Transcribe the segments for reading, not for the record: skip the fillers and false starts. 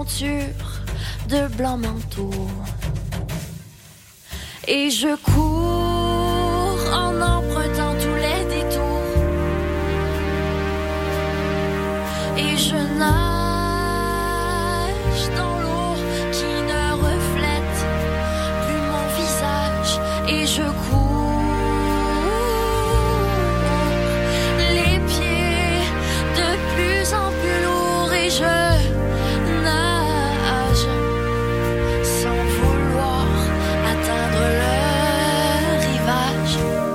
monture de blanc manteau. Et je cours en empruntant tous les détours. Et je nage dans l'eau qui ne reflète plus mon visage. Et je cours les pieds de plus en plus lourds. Et je nage sans vouloir atteindre le rivage.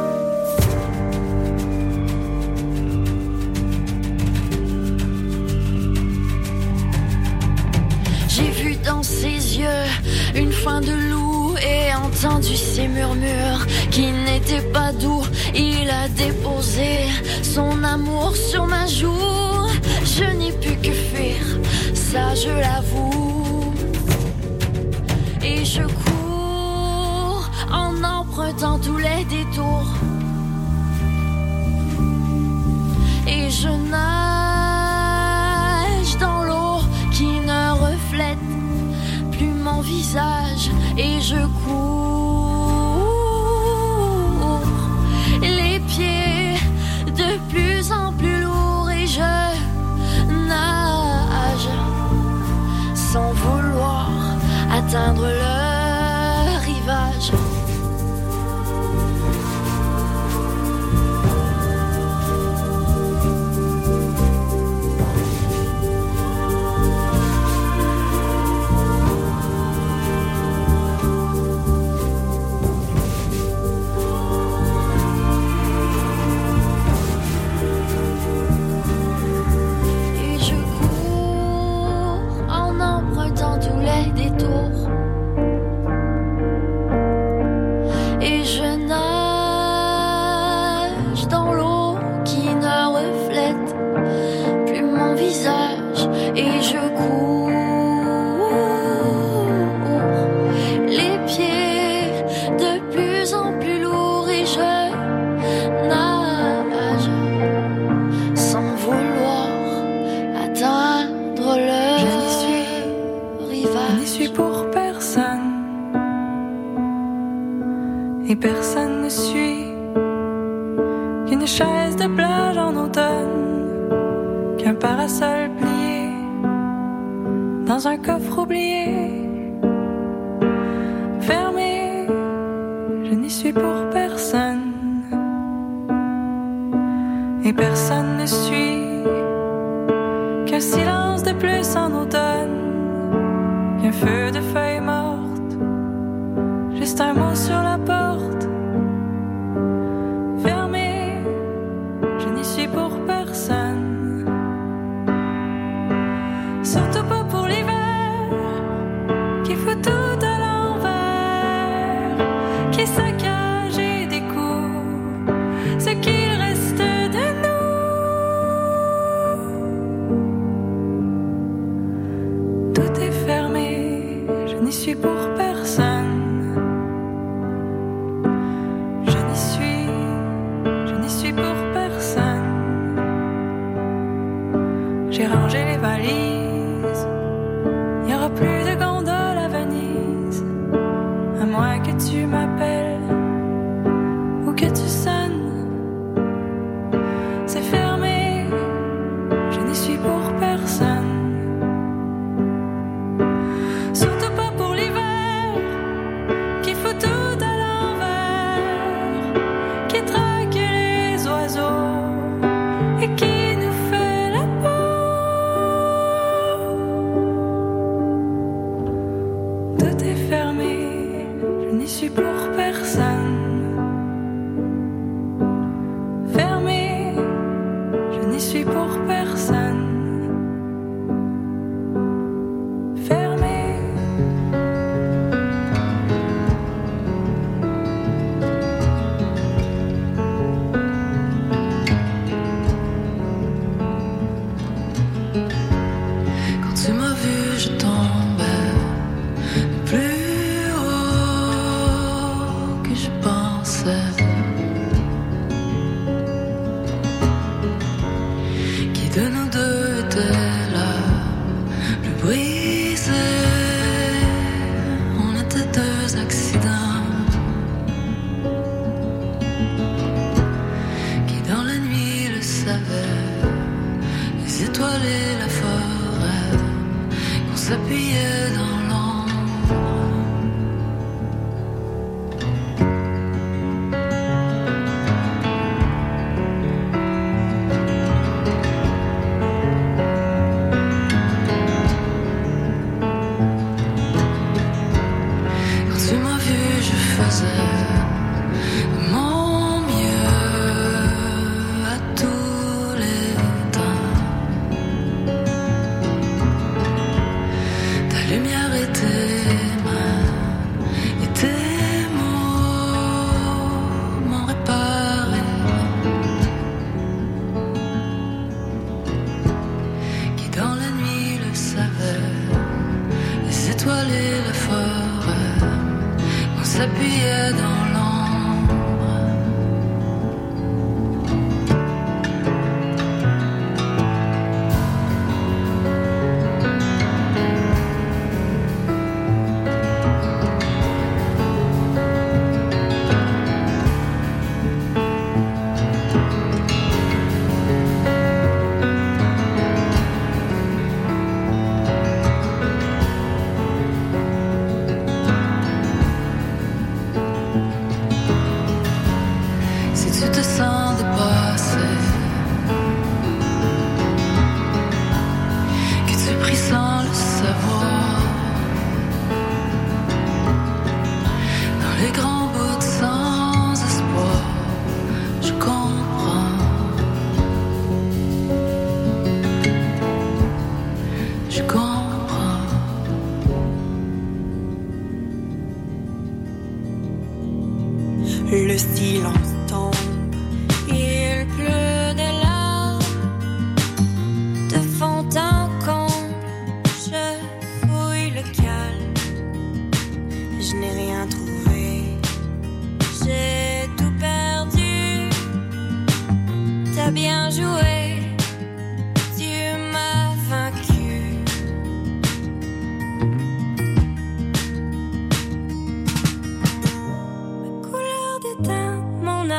J'ai vu dans ses yeux une faim de loup et entendu ses murmures qui n'étaient pas doux. Il a déposé son amour sur ma joue. Je n'ai pu que fuir, ça je l'avoue. Et je cours en empruntant tous les détours. Et je nage dans l'eau qui ne reflète plus mon visage. Et je cours les pieds de plus en plus lourds. Et je nage sans vouloir atteindre le rivage. Et je cours en empruntant tous les détours. Et je nage dans l'eau qui ne reflète plus mon visage. Et je cours les pieds de plus en plus lourds. Et je nage sans vouloir atteindre le rivage. Je n'y suis pour personne. Et personne ne suit qu'une chaise de plage en automne, qu'un parasol plié dans un coffre oublié, fermé. Je n'y suis pour personne. Et personne ne suit qu'un silence de plus en automne, qu'un feu de feuilles mortes, juste un mot sur la porte. Fermé, je n'y suis pour personne. Surtout pas pour l'hiver, qui fout tout à l'envers, qui saccage et découvre ce qu'il reste de nous. Tout est fermé, je n'y suis pour personne. J'ai rangé les valises, il n'y aura plus de gondole à Venise, à moins que tu m'appelles ou que tu sonnes. C'est fermé, je n'y suis pour personne. Surtout pas pour l'hiver, qui fout tout à l'envers, qui traque les oiseaux et qui nous fait la peau. Fermé, je n'y suis pour personne. on était deux accidents qui dans la nuit le savaient, les étoiles et la forêt, qu'on s'appuyait dans Le silence tombe, il pleut des larmes de fond en comble. Je fouille le calme, je n'ai rien trouvé, j'ai tout perdu. T'as bien joué, tu m'as vaincu. Ma couleur d'éteint, mon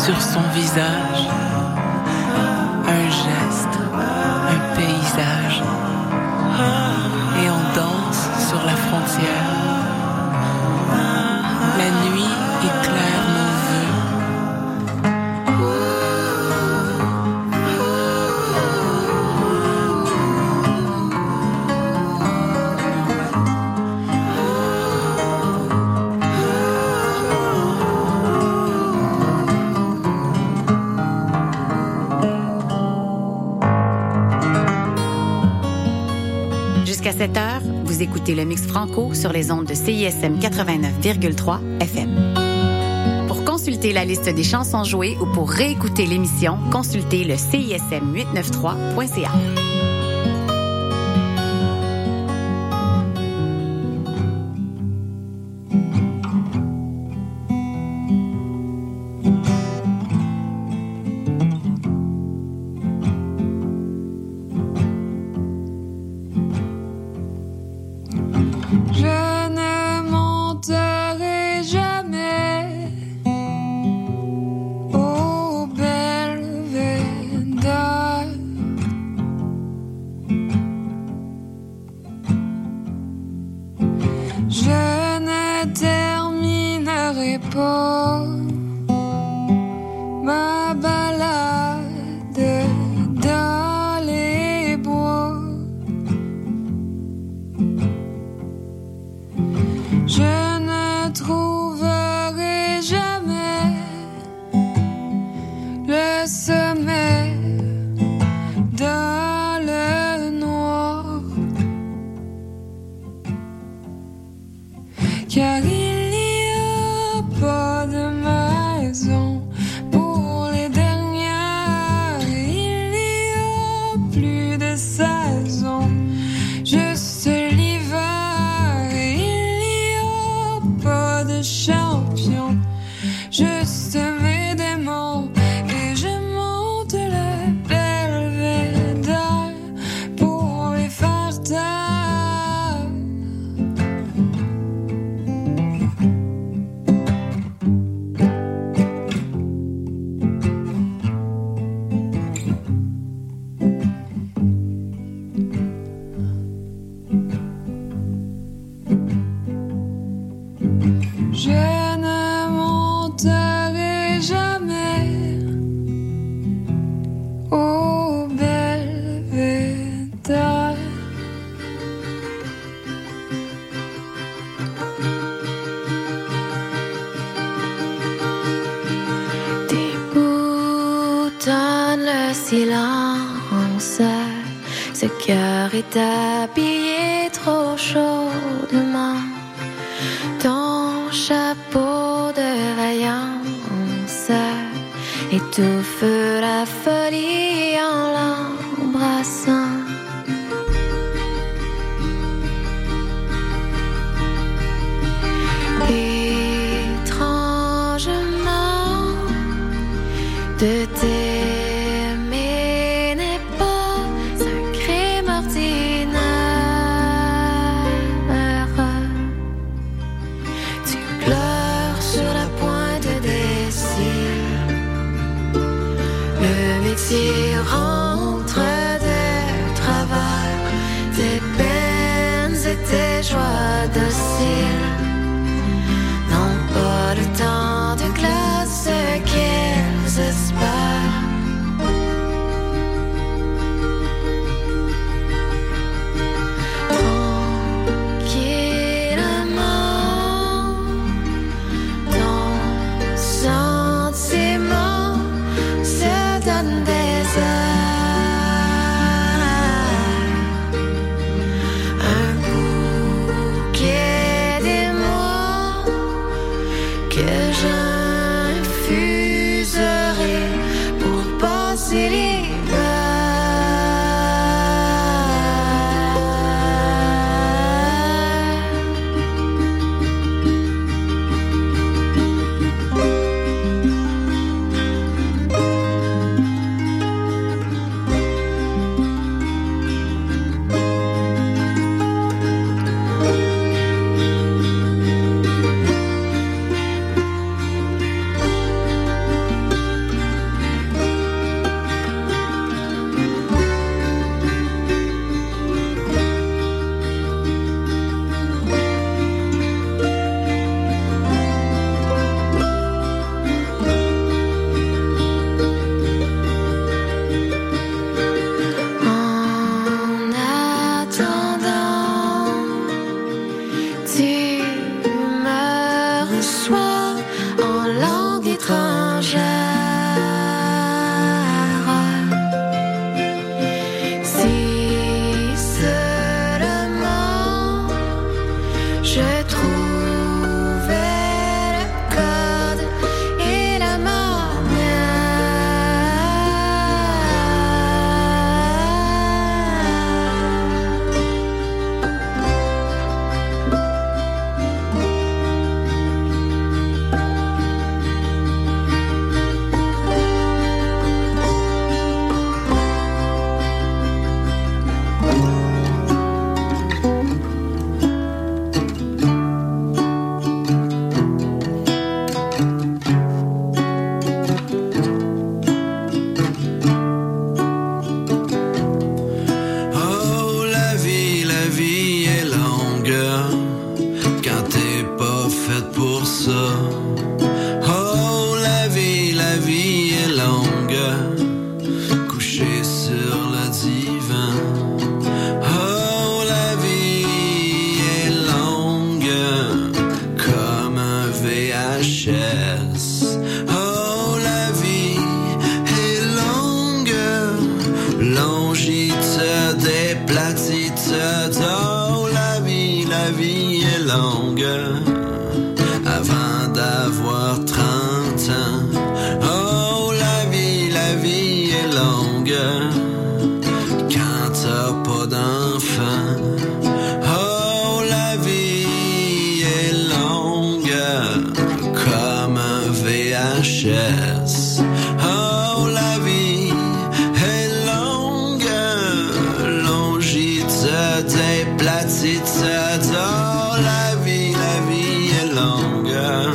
sur son visage, un geste, un paysage, et on danse sur la frontière. La nuit éclaire nos vœux. Jusqu'à 7 heures, vous écoutez le Mix Franco sur les ondes de CISM 89,3 FM. Pour consulter la liste des chansons jouées ou pour réécouter l'émission, consultez le CISM893.ca. silence. Ce cœur est habillé trop chaudement. Ton chapeau de vaillance étouffe la folie en l'embrassant. Étrangement, de t'aimer n'est pas un crime ordinaire. Tu pleures sur la pointe des cils. Le métier rentre de travers tes peines et tes joies dociles. Non pas le temps de glace qu'ils espèrent. Tranquillement, ton sentiment se donne des quand t'as pas d'enfant. Oh, la vie est longue comme un VHS. Oh, la vie est longue, longitude et platitude. Oh, la vie est longue.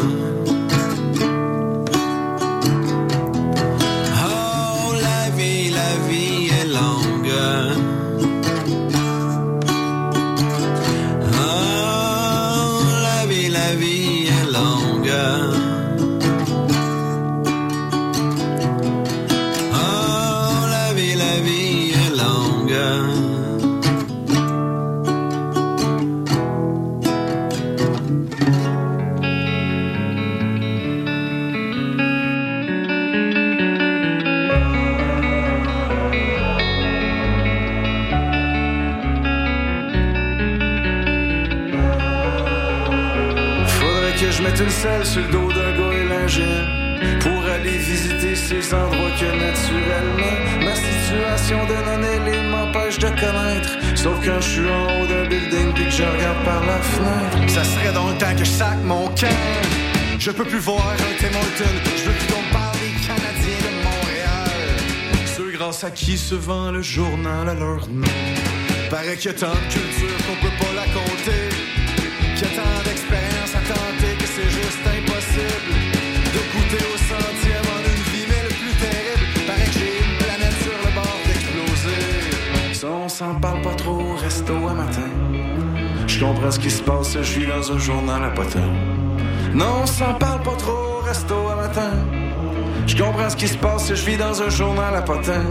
Une selle sur le dos d'un gars élingé pour aller visiter ces endroits que naturellement ma situation de non-élé m'empêche de connaître. Sauf quand je suis en haut d'un building puis que je regarde par la fenêtre. Ça serait dans le temps que je sac mon camp. Je peux plus voir un Tim Hortons. Je veux plus qu'on parle des Canadiens de Montréal. Ceux grâce à qui se vend le journal à leur nom. Paraît qu'il y a tant de culture qu'on peut pas la compter. Qu'il y a tant d'expérience à tenter que c'est juste impossible de goûter au centième en une vie, mais le plus terrible, paraît que j'ai une planète sur le bord d'exploser. Ça, on s'en parle pas trop au resto à matin. Je comprends ce qui se passe, je vis dans un journal à potin. Non, on s'en parle pas trop au resto à matin. Je comprends ce qui se passe, je vis dans un journal à potin.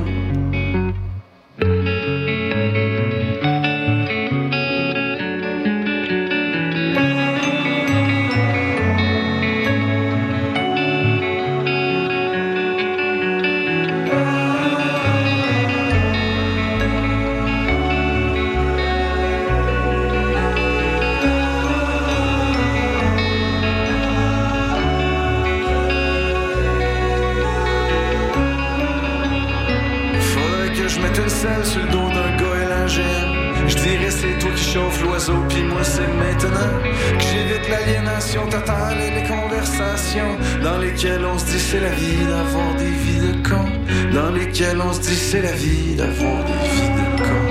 Sur le dos d'un gars élangé. Je dirais c'est toi qui chauffe l'oiseau, pis moi c'est maintenant que j'évite l'aliénation totale et les conversations dans lesquelles on se dit c'est la vie d'avoir des vies de cons. Dans lesquelles on se dit c'est la vie d'avoir des vies de cons.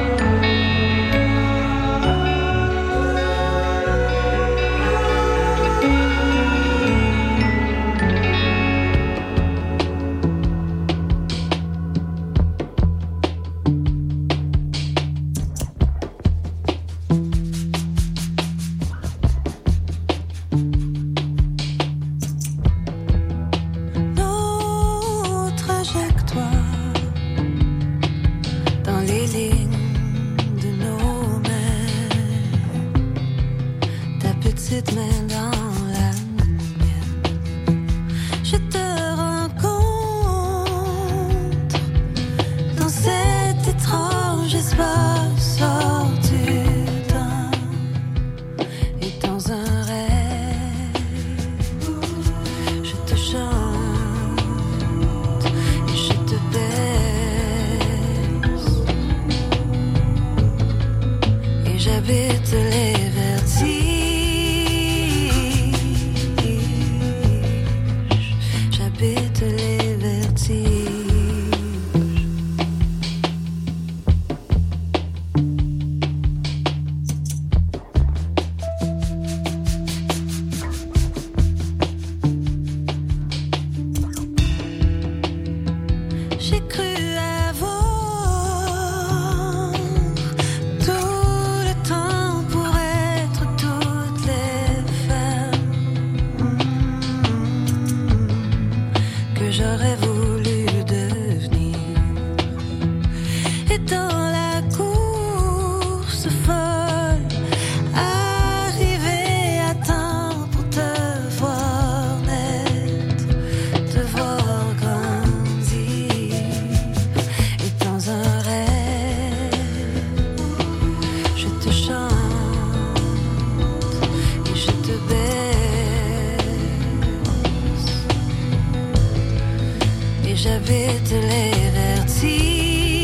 j'habite les vertiges.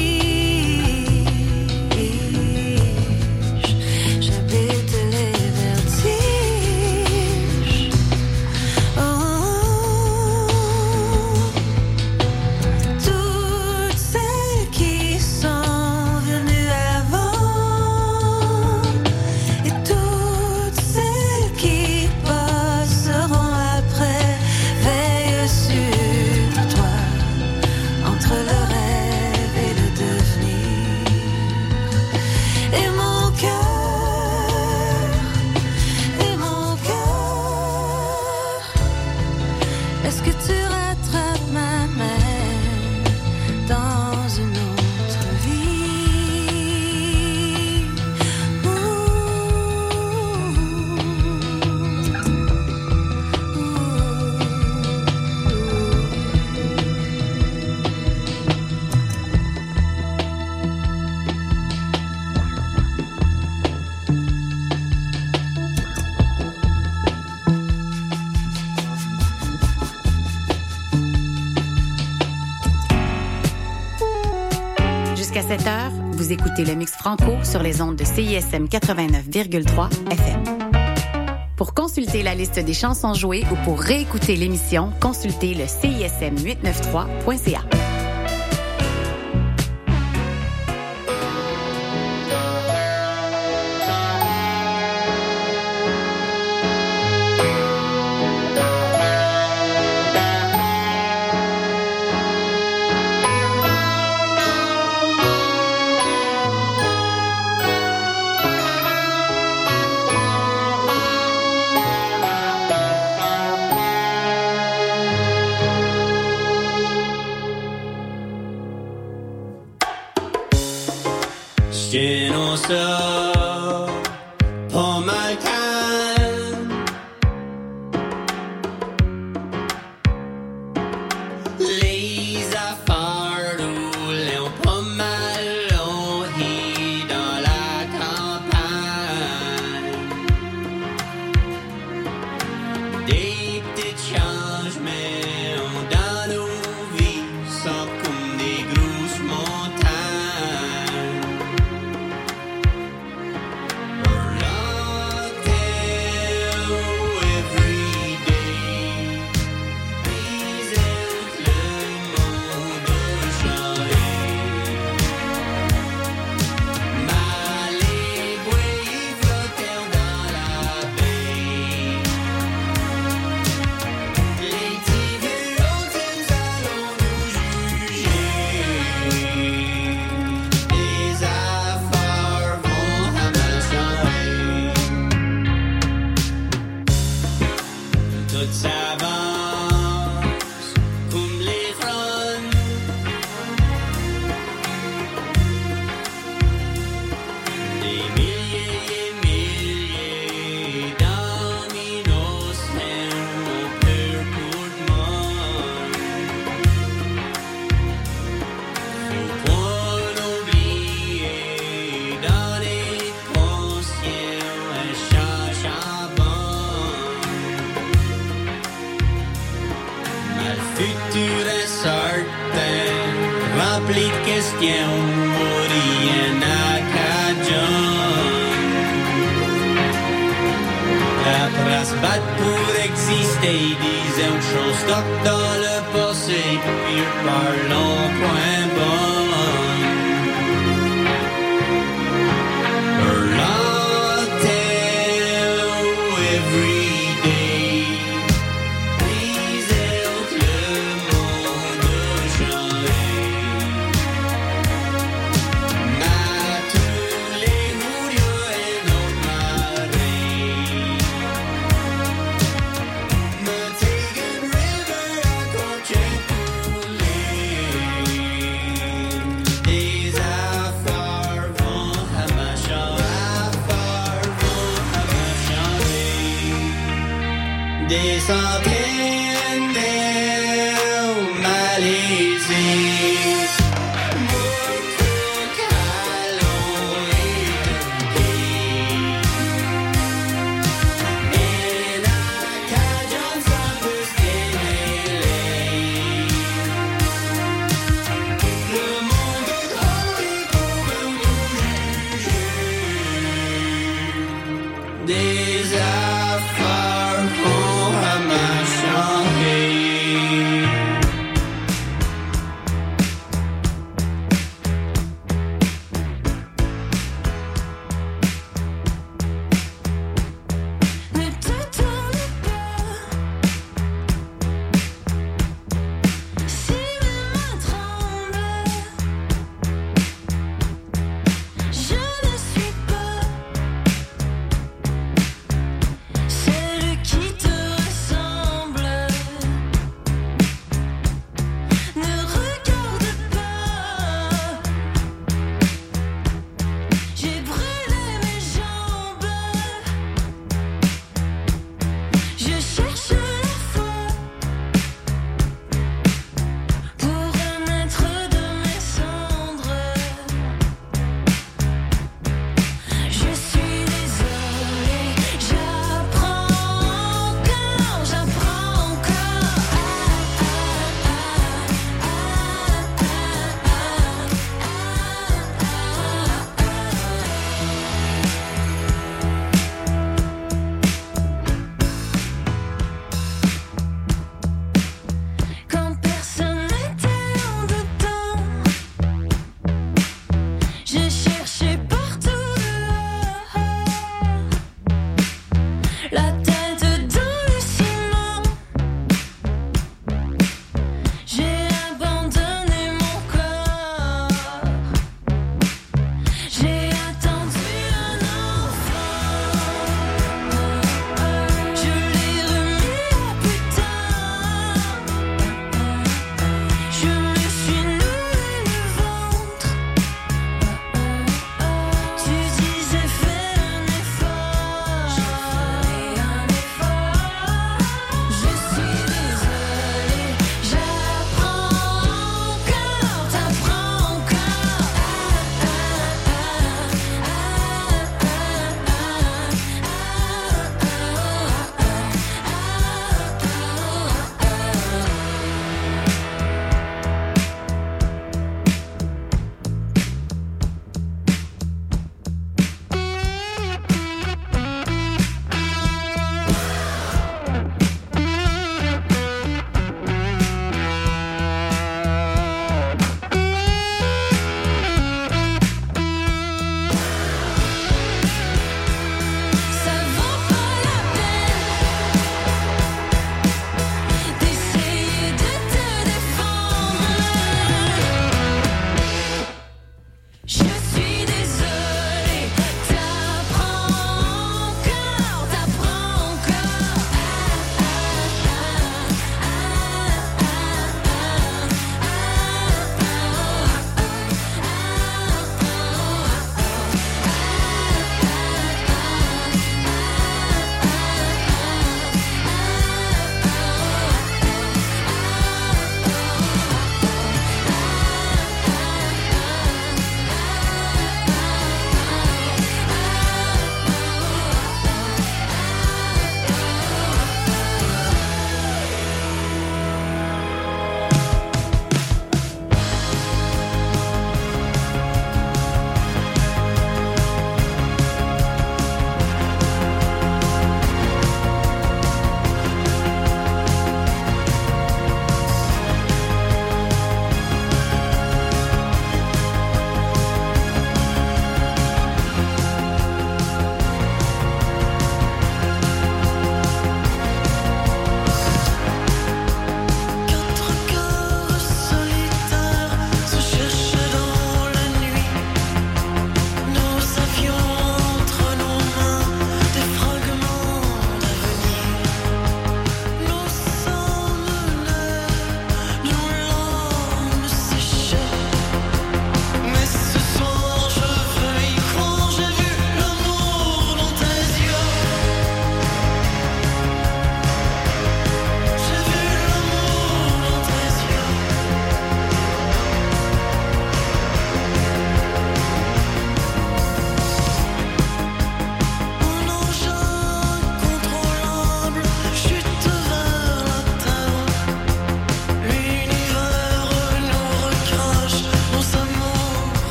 Jusqu'à 7 heures, vous écoutez le Mix Franco sur les ondes de CISM 89,3 FM. Pour consulter la liste des chansons jouées ou pour réécouter l'émission, consultez le CISM893.ca. Tiens ça, pas mal calme. Les affaires roulent pas mal longues dans la campagne. Des petits changements dans nos vies sont comme des grosses montagnes. Rempli de questions, rien à après se battre pour exister, disait une chose stock dans le passé, puis parlons point bon. Des centaines de malaisés, beaucoup calons éduqués, et la cajole sans plus démêlée. Le monde est grand et pour nous juger. Des affaires font à ma chanter.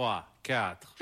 3, 4.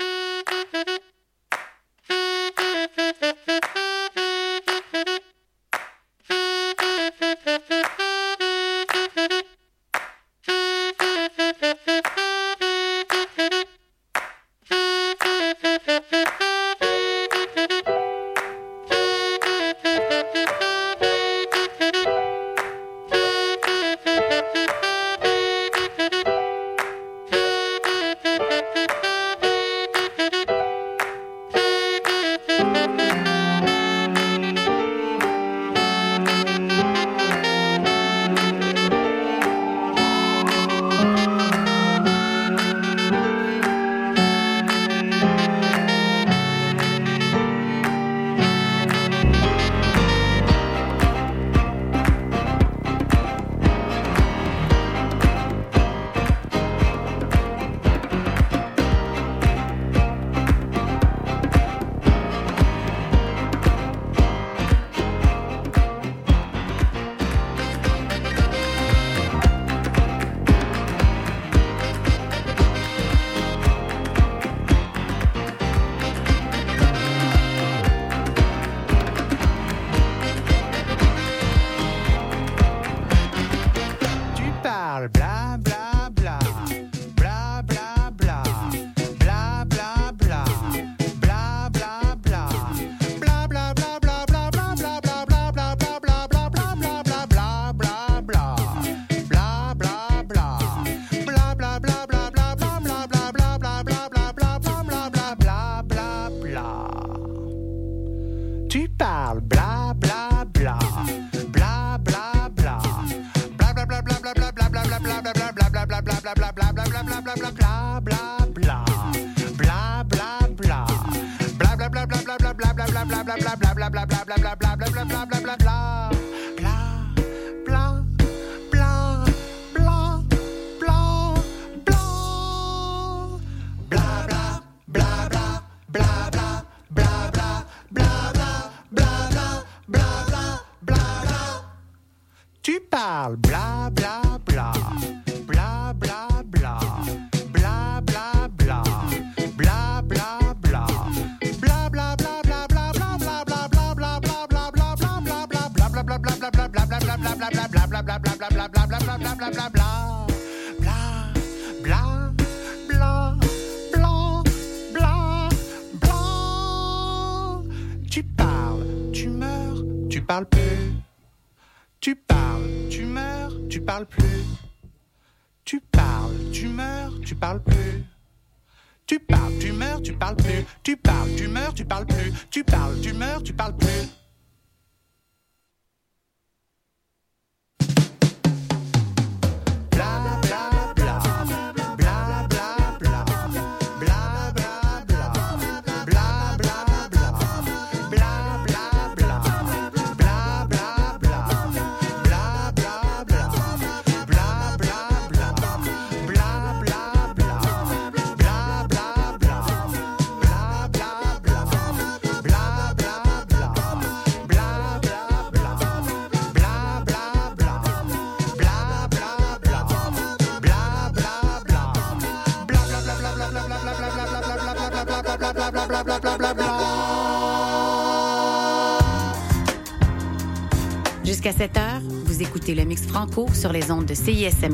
Jusqu'à 7 heures, vous écoutez le Mix Franco sur les ondes de CISM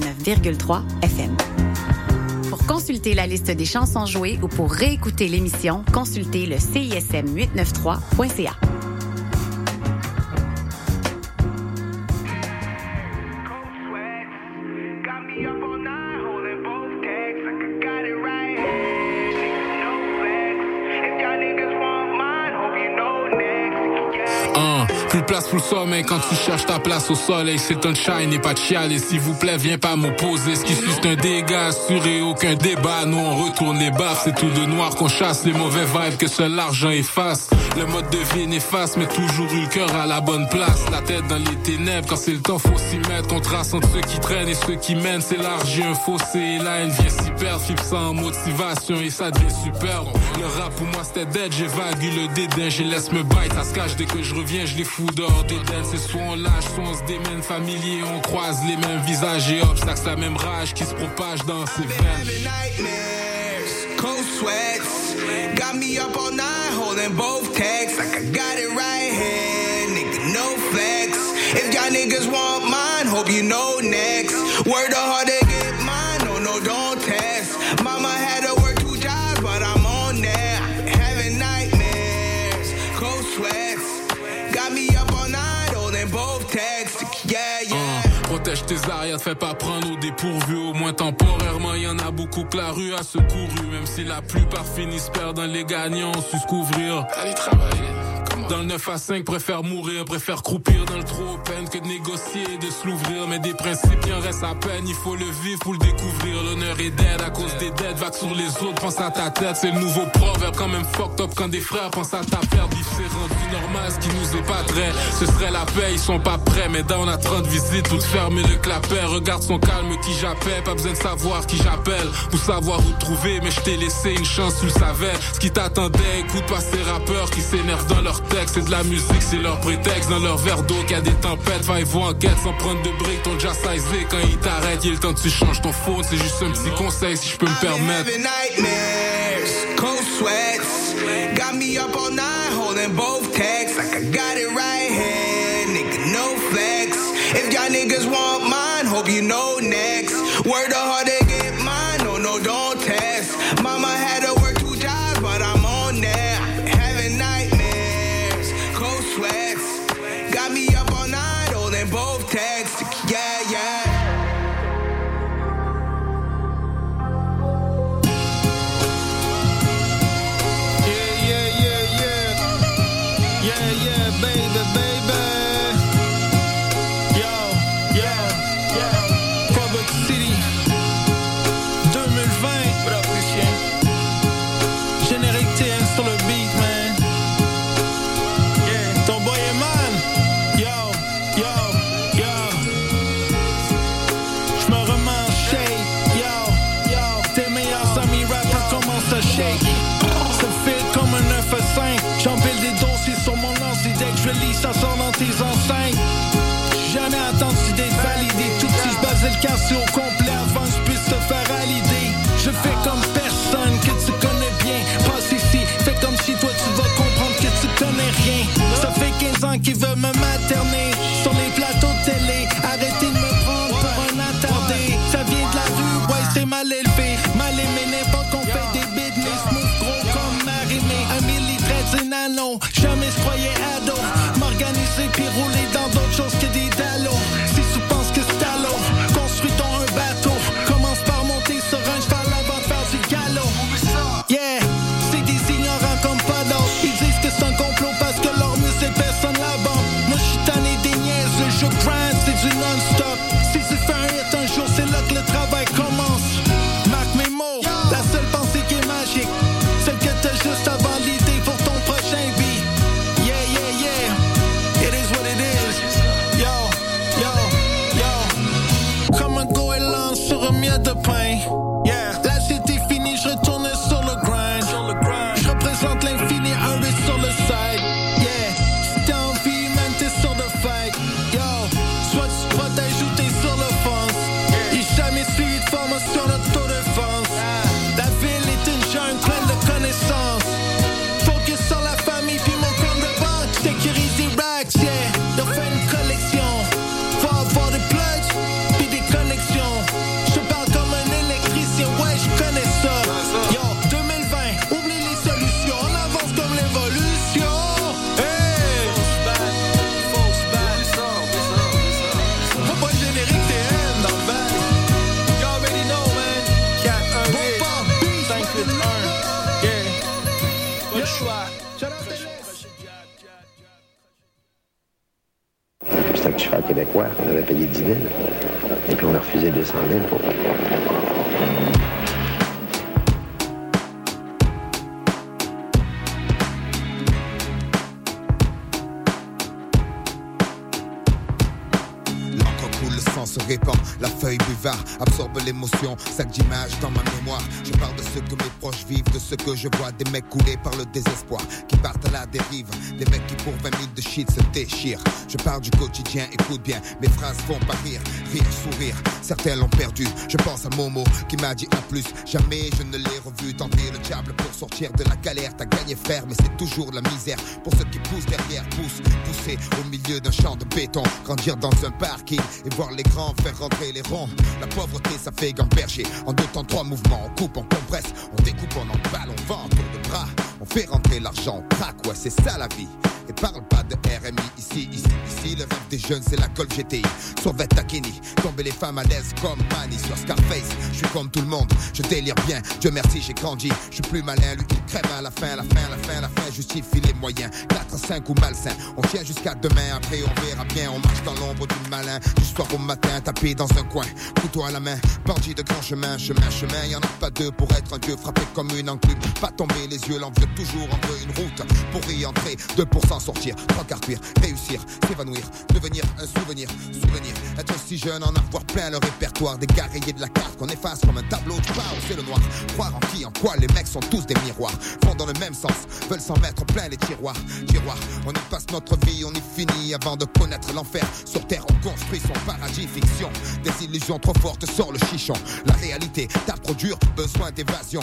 89,3 FM. Pour consulter la liste des chansons jouées ou pour réécouter l'émission, consultez le CISM893.ca. Plus place pour le sommeil quand tu cherches ta place au soleil. C'est un shine et pas de chialer. S'il vous plaît, viens pas m'opposer. Ce qui suit, c'est un dégât assuré, aucun débat. Nous on retourne les baffes. C'est tout de noir qu'on chasse les mauvais vibes que seul l'argent efface. Le mode de vie est néfaste, mais toujours eu le cœur à la bonne place. La tête dans les ténèbres, quand c'est le temps, faut s'y mettre. On trace entre ceux qui traînent et ceux qui mènent. C'est large, un fossé et la haine vient s'y perdre. Flip sans motivation et ça devient superbe. Le rap pour moi c'était dead, j'évacue le dédain. Je laisse me bite, ça se cache dès que je reviens, je les fous dehors d'Éden. C'est soit on lâche, soit on se démène. Familier, on croise les mêmes visages et obstacles. La même rage qui se propage dans ses veines. sweats. Got me up all night holding both texts like I got it right here, nigga, no flex. If y'all niggas want mine, hope you know next. Word to hard to get mine, no, don't test. Mama had to work 2 jobs, but I'm on there. Having nightmares, cold sweats. Got me up all night holding both texts, yeah. Protège tes arrières, te fais pas prendre au dépourvu. Au moins temporairement, y'en a beaucoup que la rue a secouru. Même si la plupart finissent perdant, les gagnants ont su se couvrir. Allez travailler. Dans le 9 à 5, préfère mourir, préfère croupir dans le trop open que de négocier et de se l'ouvrir. Mais des principes, il en reste à peine, il faut le vivre pour le découvrir. L'honneur est dead à cause des dettes, vague sur les autres, pense à ta tête. C'est le nouveau proverbe, quand même fucked up quand des frères pensent à ta perte. Vivre c'est rendu normal, ce qui nous est pas très. Ce serait la paix, ils sont pas prêts, mais dans on a 30 visites, tout fermer le clapet. Regarde son calme, qui j'appelle, pas besoin de savoir qui j'appelle. Pour savoir où trouver, mais je t'ai laissé une chance, tu le savais. Ce qui t'attendait, écoute pas ces rappeurs qui s'énervent dans leur texte. C'est de la musique, c'est leur prétexte. Dans leur verre d'eau qu'il y a des tempêtes. Va-y-vous en quête sans prendre de briques. Ton déjà sizé quand il t'arrête. Il est le temps que tu changes ton phone. C'est juste un petit conseil si je peux me permettre. Nightmares, cold sweats. Got me up all night holding both texts like I got it right here, nigga, no flex. If y'all niggas want mine, hope you know next. Word to hard to get mine, no, don't test. Mama had to work 2 jobs, but I'm on there. Having nightmares, cold sweats. Got me up all night holding both texts, yeah. J'empile des dossiers sur mon lancer. Dès que je lis, ça sort dans tes enceintes. Jamais attendu d'être validé. Tout si je basais le quartier au complet avant que je puisse te faire à l'idée. Je fais comme personne que tu connais bien. Passe ici, fais comme si toi tu vas comprendre que tu connais rien. Ça fait 15 ans qu'ils veulent me materner sur les plateaux de télé. Arrêtez de me prendre pour un attardé. Ça vient de la rue, ouais c'est mal élevé. Mal aimé, n'importe qu'on fait des business. Move gros comme marimé. Un millilitre et nano. Jamais je croyais ado. M'organiser puis rouler dans d'autres choses que des dallos. Si tu penses que c'est à l'eau, construis-toi un bateau. Commence par monter sur un cheval avant de faire du galop. Yeah, c'est des ignorants comme pas d'autres. Ils disent que c'est un complot parce que leur musique personne la bombe. Moi je suis tanné des niaises, le jeu grind c'est du non-stop. Si tu fais un hit un jour, c'est là que le travail commence. Marque mes mots, la seule pensée qui est magique, celle que t'as juste avant l'idée pour ton prochain beat. Yeah, it is what it is. Yo, comme un goéland sur un miel de pain. Yeah, la cité finie, je retourne sur le grind. Je représente l'infini, un B sur le side. Yeah, si t'as envie, man, t'es sur le fight. Yo, soit tu protèges ou t'es sur l'offense. J'ai jamais suivi de formation d'autodéfense. La ville est une jungle pleine de connaissances. Focus sur la famille puis mon compte de banque. Sécurise des racks, yeah. Y'en fait une collection. Faut avoir des plugs puis des connexions. Je parle comme un électricien, ouais, je connais ça. Yo, 2020, oublie les solutions. On avance comme l'évolution. Hey! Fausse balle. Faut pas le générique TM dans le bail. You already know, man. 4, 1, 8, 5, 8, 1. Yeah. Pas le choix. C'était un petit cheval québécois qu'on avait payé 10 000. Et puis on a refusé 200 000 pour... coule, le sang se répand. La feuille buvard absorbe l'émotion, sac d'images dans ma mémoire. Je parle de ce que mes proches vivent, de ce que je vois, des mecs coulés par le désespoir, qui partent à la dérive, des mecs qui pour 20 000 de shit se déchirent. Je parle du quotidien, écoute bien, mes phrases font pas rire, sourire. Certains l'ont perdu, je pense à Momo qui m'a dit en plus, jamais je ne l'ai revu tenter le diable pour sortir de la galère. T'as gagné frère, mais c'est toujours de la misère pour ceux qui poussent derrière, pousser au milieu d'un champ de béton, grandir dans un parking et voir les grands faire rentrer les ronds. La pauvreté ça fait gamberger, en 2 temps 3 mouvements, on coupe, on compresse, on découpe, on emballe, on vend, tour de bras, on fait rentrer l'argent, on craque, ouais c'est ça la vie. Et parle pas de RMI ici, le rêve des jeunes c'est la Golf GTI. Sauvette à Kenny, tomber les femmes à l'aise comme Manny sur Scarface. Je suis comme tout le monde, je délire bien, Dieu merci j'ai grandi. Je suis plus malin, lui il crève à la fin justifie les moyens. 4, 5 ou malsain, on tient jusqu'à demain, après on verra bien. On marche dans l'ombre du malin, du soir au matin, tapé dans un coin, couteau à la main, bandit de grand chemin, y'en a pas 2 pour être un dieu, frappé comme une enclume. Pas tomber les yeux, l'envieux toujours en veut une route pour y entrer, 2% sortir, 3 quarts cuire, réussir, s'évanouir, devenir un souvenir, être si jeune, en avoir plein le répertoire, des gars rayés de la carte qu'on efface comme un tableau de bord, c'est le noir, croire en qui, en quoi, les mecs sont tous des miroirs, vont dans le même sens, veulent s'en mettre plein les tiroirs, on y passe notre vie, on y finit avant de connaître l'enfer, sur terre on construit son paradis, fiction, des illusions trop fortes sort le chichon, la réalité tape trop dur, besoin d'évasion,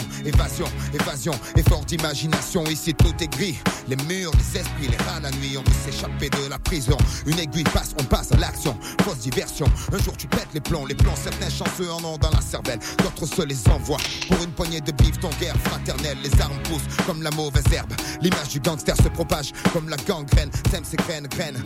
effort d'imagination, ici tout est gris, les murs, les esprits, les rats la nuit, on veut s'échapper de la prison, une aiguille passe, on passe à l'action, fausse diversion, un jour tu pètes les plombs, certains chanceux en ont dans la cervelle, d'autres se les envoient, pour une poignée de bif, ton guerre fraternelle, les armes poussent comme la mauvaise herbe, l'image du gangster se propage comme la gangrène, sème ses graines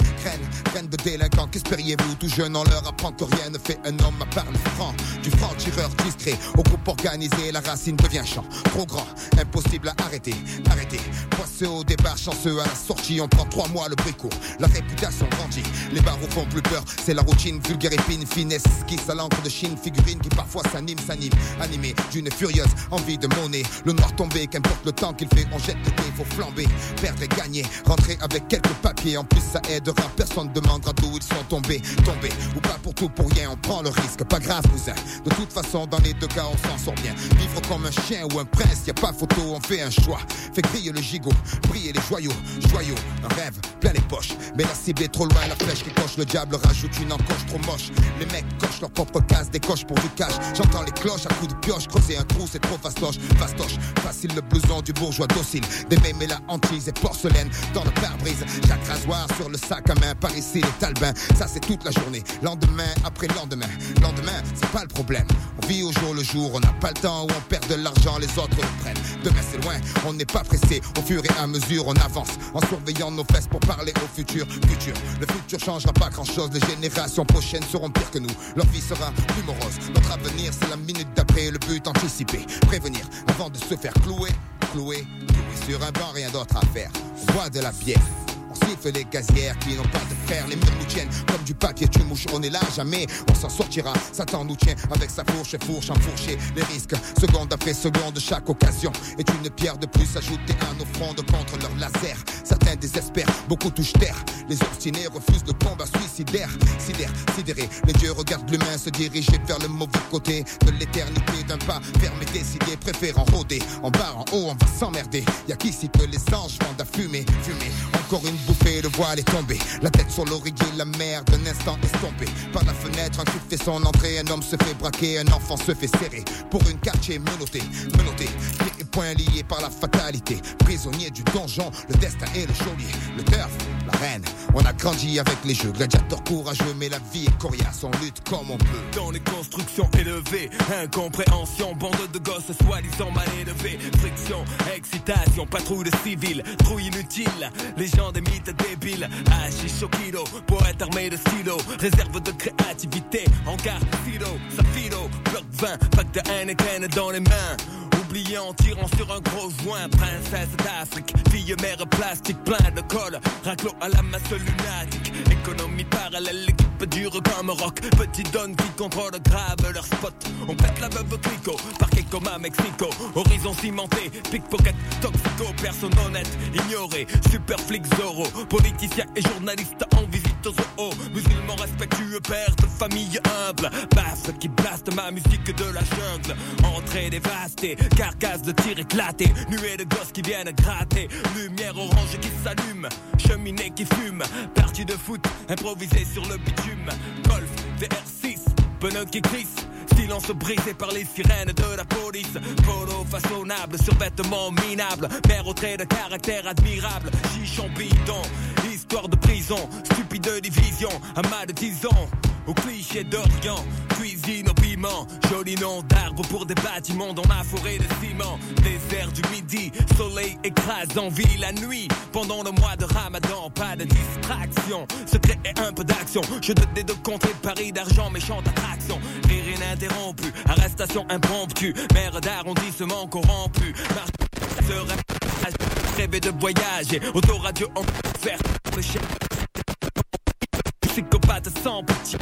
de délinquants, qu'espériez-vous, tout jeune on leur apprend que rien ne fait un homme à part le franc, du franc-tireur discret, au groupe organisé, la racine devient champ, trop grand, impossible à arrêter, poisseux au départ, chanceux à la sortie, on prend 3 mois le bricourt, la réputation grandit, les barreaux font plus peur, c'est la routine, vulgaire épine, finesse, esquisse à l'encre de Chine, figurine qui parfois s'anime, animé d'une furieuse envie de monnaie, le noir tombé, qu'importe le temps qu'il fait, on jette le dé, faut flamber, perdre et gagner, rentrer avec quelques papiers, en plus ça aidera, personne demandera d'où ils sont tombés, ou pas pour tout pour rien, on prend le risque, pas grave cousin, de toute façon dans les 2 cas on s'en sort bien, vivre comme un chien ou un prince, y a pas photo, on fait un choix, fait griller le gigot, briller les joyaux, un rêve plein les poches, mais la cible est trop loin, la flèche qui coche, le diable rajoute une encoche trop moche, les mecs cochent leur propre case, décochent pour du cash, j'entends les cloches à coups de pioche, creuser un trou c'est trop fastoche, facile le blouson du bourgeois docile, des mêmes et la hantise et porcelaine dans le pare-brise, chaque rasoir sur le sac à main, par ici les talbins, ça c'est toute la journée, lendemain après lendemain, c'est pas le problème, on vit au jour le jour, on n'a pas le temps où on perd de l'argent, les autres le prennent, demain c'est loin, on n'est pas pressé, au fur et à mesure on avance, en surveillant nos fesses pour parler au futur, le futur changera pas grand chose, les générations prochaines seront pires que nous, leur vie sera plus morose, notre avenir c'est la minute d'après, le but anticipé, prévenir avant de se faire clouer sur un banc, rien d'autre à faire, on boit de la bière, on siffle les gazières qui n'ont pas de fer, les murs nous tiennent comme du papier, tu mouches, on est là, jamais on s'en sortira, Satan nous tient avec sa fourche enfourcher les risques, seconde après seconde, chaque occasion est une pierre de plus ajoutée à nos frondes contre leur laser, certains désespèrent, beaucoup touchent terre, les obstinés refusent le combat suicidaire, sidérés, les dieux regardent l'humain se diriger vers le mauvais côté de l'éternité, d'un pas fermé, décidé, préférant rôder, en bas, en haut, on va s'emmerder, y'a qu'ici que les anges vendent à fumer, encore une bouffée, le voile est tombé, la tête sur l'oreiller, la mer d'un instant estompée, par la fenêtre, un cul fait son entrée, un homme se fait braquer, un enfant se fait serrer, pour une quartier menotté, pieds et poings liés par la fatalité, prisonnier du donjon, le destin est le geôlier, le turf, la reine, on a grandi avec les jeux, gladiateurs courageux, mais la vie est coriace, on lutte comme on peut. Dans les constructions élevées, incompréhension, bande de gosses soi-disant mal élevés, friction, excitation, patrouille de civils, trouille inutile, les gens des mythes débiles, hachiche au kilo, poète armé de stylo, réserve de créativité, encart, philo, safilo, bloc 20, pack de Heineken dans les mains. Oublié en tirant sur un gros joint, princesse d'Afrique, fille mère plastique, plein de colle, raclo à la masse lunatique, économie parallèle, l'équipe dure comme rock, petit donne qui contrôle grave leur spot, on pète la veuve clico, parquet comme à Mexico, horizon cimenté, pickpocket, toxico, personne honnête, ignoré, super flic Zorro, politiciens et journalistes en visite aux musulmans respectueux, père de famille humble. Basse qui blaste ma musique de la jungle. Entrée dévastée, carcasse de tir éclaté. Nuée de gosses qui viennent gratter. Lumière orange qui s'allume, cheminée qui fume. Partie de foot improvisée sur le bitume. Golf, VR6, pneus qui glissent. Silence brisé par les sirènes de la police. Polo façonnable sur vêtements minables. Mère au trait de caractère admirable. Chichon bidon, histoire de prison. Stupide division, amas de 10 ans. Au cliché d'Orient, cuisine au piment. Joli nom d'arbre pour des bâtiments dans ma forêt de ciment. Désert du midi, soleil écrase en vie la nuit. Pendant le mois de Ramadan, pas de distraction. Secret et un peu d'action. Je te dés de contrées Paris d'argent, méchante attraction. Rire ininterrompu, arrestation impromptue. Mère d'arrondissement corrompu. Marche, rêver de voyager. Autoradio en faire le chien. Psychopathe sans petit.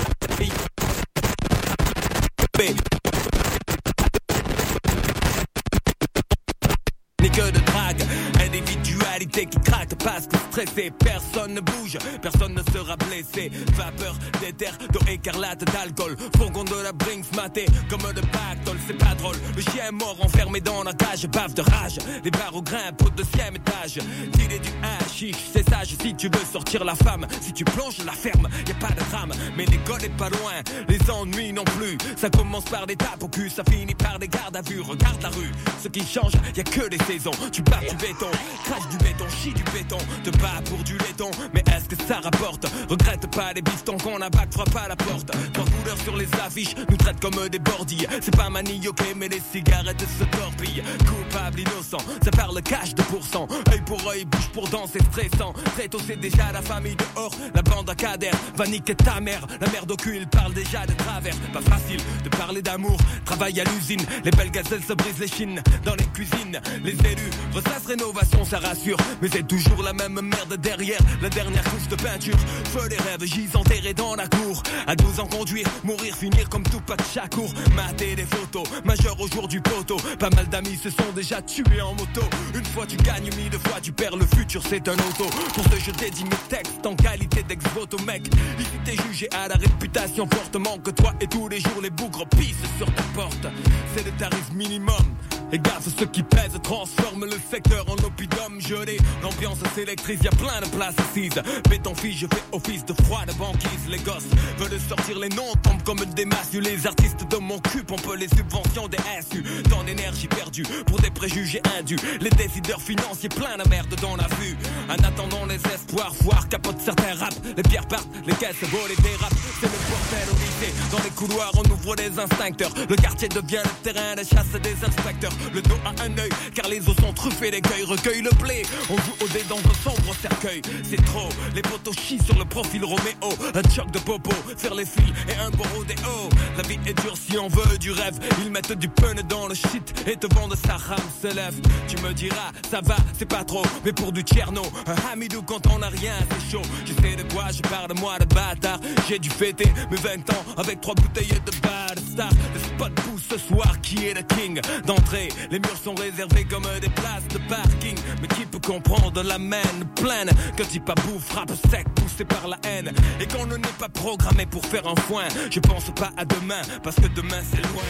Ni que de drague, individualité qui craque parce que stressé, personne ne bouge, personne ne sera blessé. Vapeur d'éther, d'eau écarlate, d'alcool, fourgon de la Brinks maté comme de pactole, c'est pas drôle. Le chien est mort enfermé dans la cage, bave de rage. Les barreaux grimpent au 2e étage. D'idée du hashish, c'est sage si tu veux sortir la femme. Si tu plonges la ferme, y a pas de drame. Mais l'école est pas loin, les ennuis non plus. Ça commence par des tapes au cul, ça finit par des gardes à vue. Regarde la rue, ce qui change, y a que les saisons. Tu bats du béton, crache du béton, chie du béton. Te bats pour du laiton, mais est-ce que ça rapporte? Regrette pas les bifetons qu'on a bac, frappe à la porte. Trois couleurs sur les affiches, nous traitent comme des bordilles. C'est pas manioqué, mais les cigarettes se torpillent. Coupable, innocent, ça parle cash de pourcent. Œil pour œil, bouche pour dent, c'est stressant. Très tôt, c'est déjà la famille dehors. La bande à cadère va niquer ta mère. La merde au cul, il parle déjà de travers. Pas facile de parler d'amour, travail à l'usine. Les belles gazelles se brisent les chines dans les cuisines. Les élus ressassent rénovation, ça rassure. Mais c'est toujours la même merde derrière la dernière couche de peinture. Feu les rêves, gis enterrés dans la cour. À 12 ans conduire, mourir, finir comme Tupac Shakur. Mater des photos, majeur au jour du poteau. Pas mal d'amis se sont déjà tués en moto. Une fois tu gagnes, 1000 fois tu perds. Le futur c'est un auto. Pour ce je dédie mes textes en qualité d'ex-voto mec. Ici t'es jugé à la réputation fortement que toi et tous les jours les bougres pissent sur ta porte. C'est le tarif minimum. Et gaffe, ceux qui pèsent transforment le secteur en oppidum gelé. L'ambiance s'électrise, y'a plein de places assises. Béton fille, je fais office de froide banquise. Les gosses veulent sortir, les noms tombent comme des masses. Les artistes de mon cul pompent les subventions des SU. Tant d'énergie perdue pour des préjugés indus. Les décideurs financiers plein de merde dans la vue. En attendant les espoirs, voir capote certains raps. Les pierres partent, les caisses volent et dérapent. C'est le bordel au lycée. Dans les couloirs on ouvre les instincteurs. Le quartier devient le terrain de chasse des inspecteurs. Le dos à un œil, car les os sont truffés d'écueils. Recueille le blé, on joue au dé dans un sombre cercueil. C'est trop, les potos chient sur le profil Roméo. Un choc de popo, faire les fils et un beau rodéo. La vie est dure si on veut du rêve. Ils mettent du pun dans le shit et te vendent sa rame se lève. Tu me diras, ça va, c'est pas trop. Mais pour du tierno, un hamidou quand on a rien, c'est chaud. Je sais de quoi je parle, moi de bâtard. J'ai dû fêter mes 20 ans avec 3 bouteilles de bad star. Le spot pousse ce soir, qui est le king d'entrée. Les murs sont réservés comme des places de parking. Mais qui peut comprendre la main pleine que type à bout frappe sec, poussé par la haine. Et qu'on ne n'est pas programmé pour faire un foin. Je pense pas à demain, parce que demain c'est loin.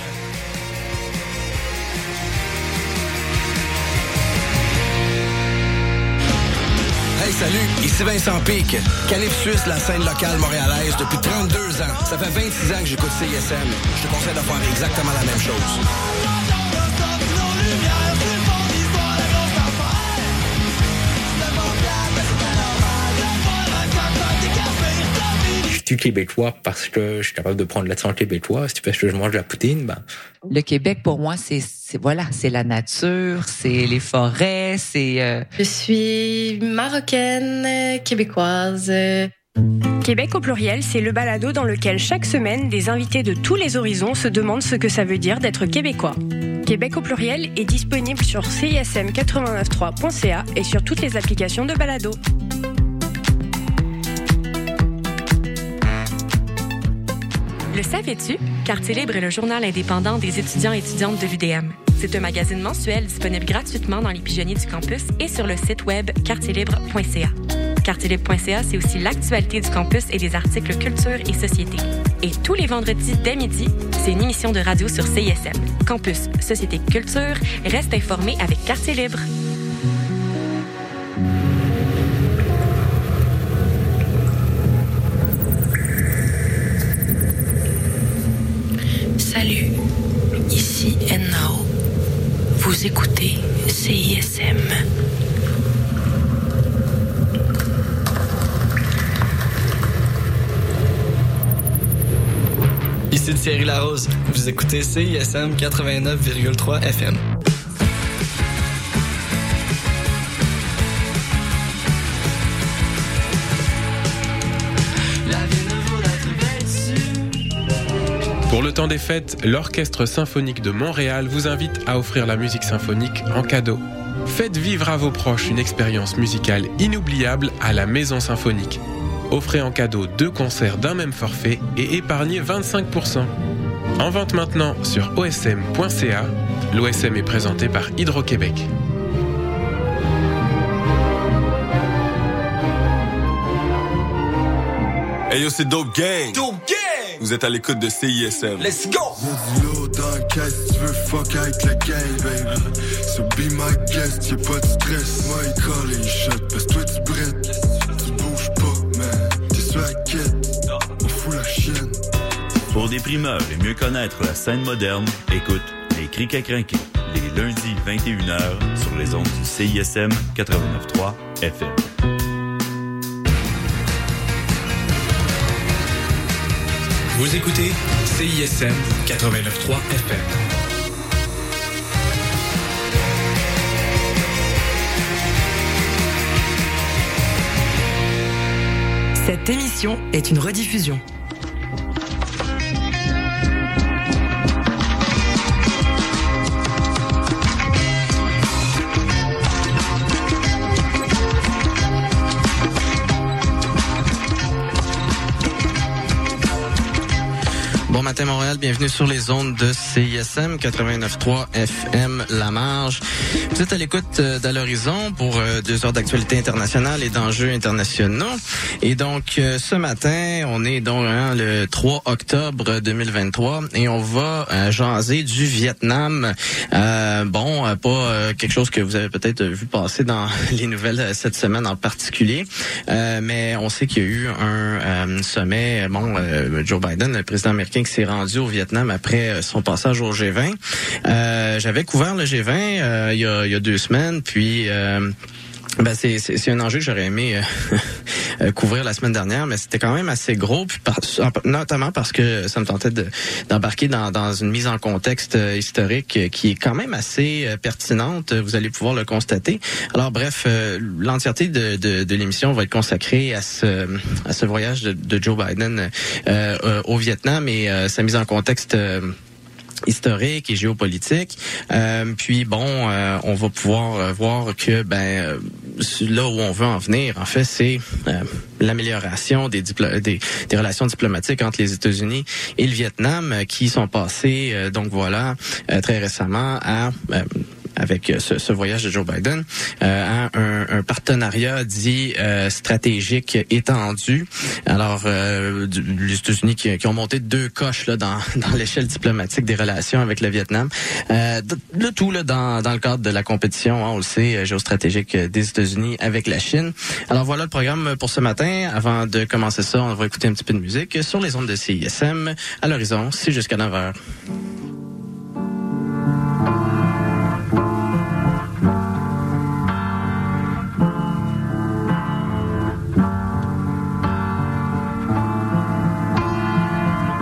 Hey salut, ici Vincent Pic, calife suisse de la scène locale montréalaise depuis 32 ans. Ça fait 26 ans que j'écoute CISM. Je te conseille de faire exactement la même chose. Je suis québécois parce que je suis capable de prendre l'accent québécois. Si tu fais que je mange de la poutine, ben... Le Québec, pour moi, c'est la nature, c'est les forêts, c'est... Je suis marocaine, québécoise. Québec au pluriel, c'est le balado dans lequel chaque semaine, des invités de tous les horizons se demandent ce que ça veut dire d'être québécois. Québec au pluriel est disponible sur cism893.ca et sur toutes les applications de balado. Le savais-tu? Quartier Libre est le journal indépendant des étudiants et étudiantes de l'UDM. C'est un magazine mensuel disponible gratuitement dans les pigeonniers du campus et sur le site web quartierlibre.ca. Quartierlibre.ca, c'est aussi l'actualité du campus et des articles culture et société. Et tous les vendredis dès midi, c'est une émission de radio sur CISM. Campus, société, culture, reste informé avec Quartier Libre. Salut, ici Nao. Vous écoutez CISM. Ici Thierry Larose. Vous écoutez CISM 89,3 FM. Pour le temps des fêtes, l'Orchestre symphonique de Montréal vous invite à offrir la musique symphonique en cadeau. Faites vivre à vos proches une expérience musicale inoubliable à la Maison Symphonique. Offrez en cadeau 2 concerts d'un même forfait et épargnez 25%. En vente maintenant sur osm.ca. L'OSM est présenté par Hydro-Québec. Hey yo, c'est Dope Gang! Dope Gang! Vous êtes à l'écoute de CISM. Let's go! Y'a du lourd dans le caisse, tu veux fuck avec la gang, baby. So be my guest, y'a pas de stress. Moi, il colle et il shot, parce que toi, tu brettes. Tu bouges pas, man, t'es sur la quête. On fout la chienne. Pour des primeurs et mieux connaître la scène moderne, écoute Les Crics à crinquer, les lundis 21h sur les ondes du CISM 89.3 FM. Vous écoutez CISM 89.3 FM. Cette émission est une rediffusion. Bon matin Montréal, bienvenue sur les ondes de CISM 89.3 FM La Marge. Vous êtes à l'écoute d'À l'horizon pour 2 heures d'actualité internationale et d'enjeux internationaux. Et donc ce matin, on est donc le 3 octobre 2023 et on va jaser du Vietnam. Pas quelque chose que vous avez peut-être vu passer dans les nouvelles cette semaine en particulier, mais on sait qu'il y a eu un sommet. Joe Biden, le président américain, qui s'est rendu au Vietnam après son passage au G20. J'avais couvert le G20 il y a 2 semaines, puis c'est un enjeu que j'aurais aimé couvrir la semaine dernière, mais c'était quand même assez gros, puis notamment parce que ça me tentait d'embarquer dans une mise en contexte historique qui est quand même assez pertinente. Vous allez pouvoir le constater. Alors bref, l'entièreté de l'émission va être consacrée à ce voyage de Joe Biden au Vietnam et sa mise en contexte historique et géopolitique. On va pouvoir voir que là où on veut en venir, en fait, c'est l'amélioration des relations diplomatiques entre les États-Unis et le Vietnam qui sont passées très récemment avec ce voyage de Joe Biden, à un partenariat dit stratégique étendu. Alors, les États-Unis qui ont monté 2 coches là dans l'échelle diplomatique des relations avec le Vietnam. Le tout là dans le cadre de la compétition, on le sait, géostratégique des États-Unis avec la Chine. Alors voilà le programme pour ce matin. Avant de commencer ça, on va écouter un petit peu de musique sur les ondes de CISM. À l'horizon, c'est jusqu'à 9h.